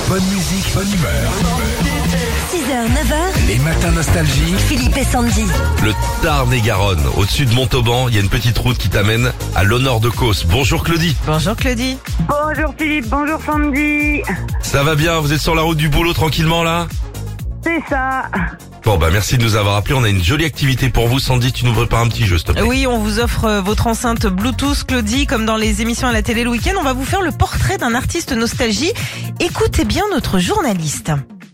Bonne musique, bonne humeur. 6h, 9h, Les matins nostalgie. Philippe et Sandy. Le Tarn-et-Garonne, au-dessus de Montauban, il y a une petite route qui t'amène à l'honneur de Causse. Bonjour Claudie. Bonjour Claudie. Bonjour Philippe, bonjour Sandy. Ça va bien, vous êtes sur la route du boulot tranquillement là? C'est ça. Bon bah merci de nous avoir appelés, on a une jolie activité pour vous. Sandy, tu nous prépares un petit jeu s'il te plaît. Oui, on vous offre votre enceinte Bluetooth Claudie, comme dans les émissions à la télé le week-end. On va vous faire le portrait d'un artiste nostalgie. Écoutez bien notre journaliste.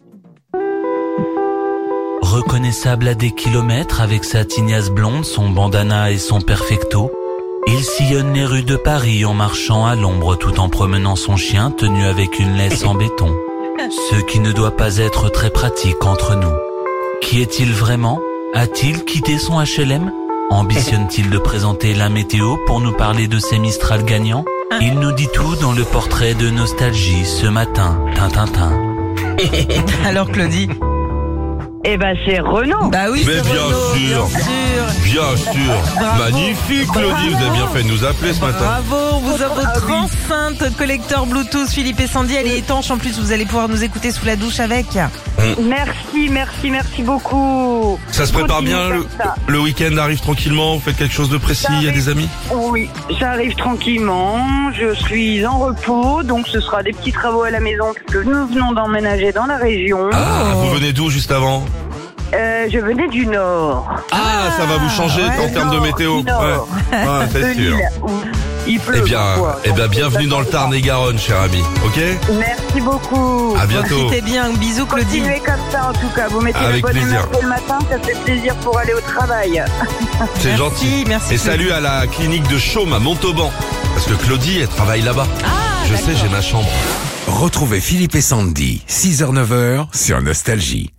Reconnaissable à des kilomètres avec sa tignasse blonde, son bandana et son perfecto, il sillonne les rues de Paris en marchant à l'ombre tout en promenant son chien tenu avec une laisse en béton. Ce qui ne doit pas être très pratique entre nous. Qui est-il vraiment? A-t-il quitté son HLM? Ambitionne-t-il de présenter la météo pour nous parler de ses Mistral gagnants? Il nous dit tout dans le portrait de nostalgie ce matin. Tintintin. Alors Claudie? Eh ben c'est Renaud. Bah oui, Mais c'est bien Renaud, sûr. bien sûr. Bien sûr, Bravo. magnifique Claudie, vous avez bien fait de nous appeler ce matin. Bravo, on vous offre votre enceinte collector Bluetooth Philippe et Sandy. Elle est étanche, en plus vous allez pouvoir nous écouter sous la douche avec. Merci beaucoup. Ça se prépare Continue bien, comme ça. le week-end arrive tranquillement, vous faites quelque chose de précis, il y a des amis? Oui, j'arrive tranquillement, je suis en repos, donc ce sera des petits travaux à la maison puisque nous venons d'emménager dans la région. Ah, vous venez d'où juste avant? Je venais du Nord. Ah, ça va vous changer en termes de météo. du Nord. Ouais, c'est De sûr. Lille, où il pleut. Eh bien, parfois. bienvenue dans le Tarn-et-Garonne, cher ami. Ok? Merci beaucoup. À bientôt. Profitez bien, bisous Claudie. Continuez comme ça en tout cas. Vous mettez Avec la bonne plaisir. humeur dès le matin, ça fait plaisir pour aller au travail. C'est Merci, gentil. merci, Et Claudie. salut à la clinique de Chaume à Montauban. Parce que Claudie, elle travaille là-bas. Je sais, j'ai ma chambre. Retrouvez Philippe et Sandy, 6h, 9h sur Nostalgie.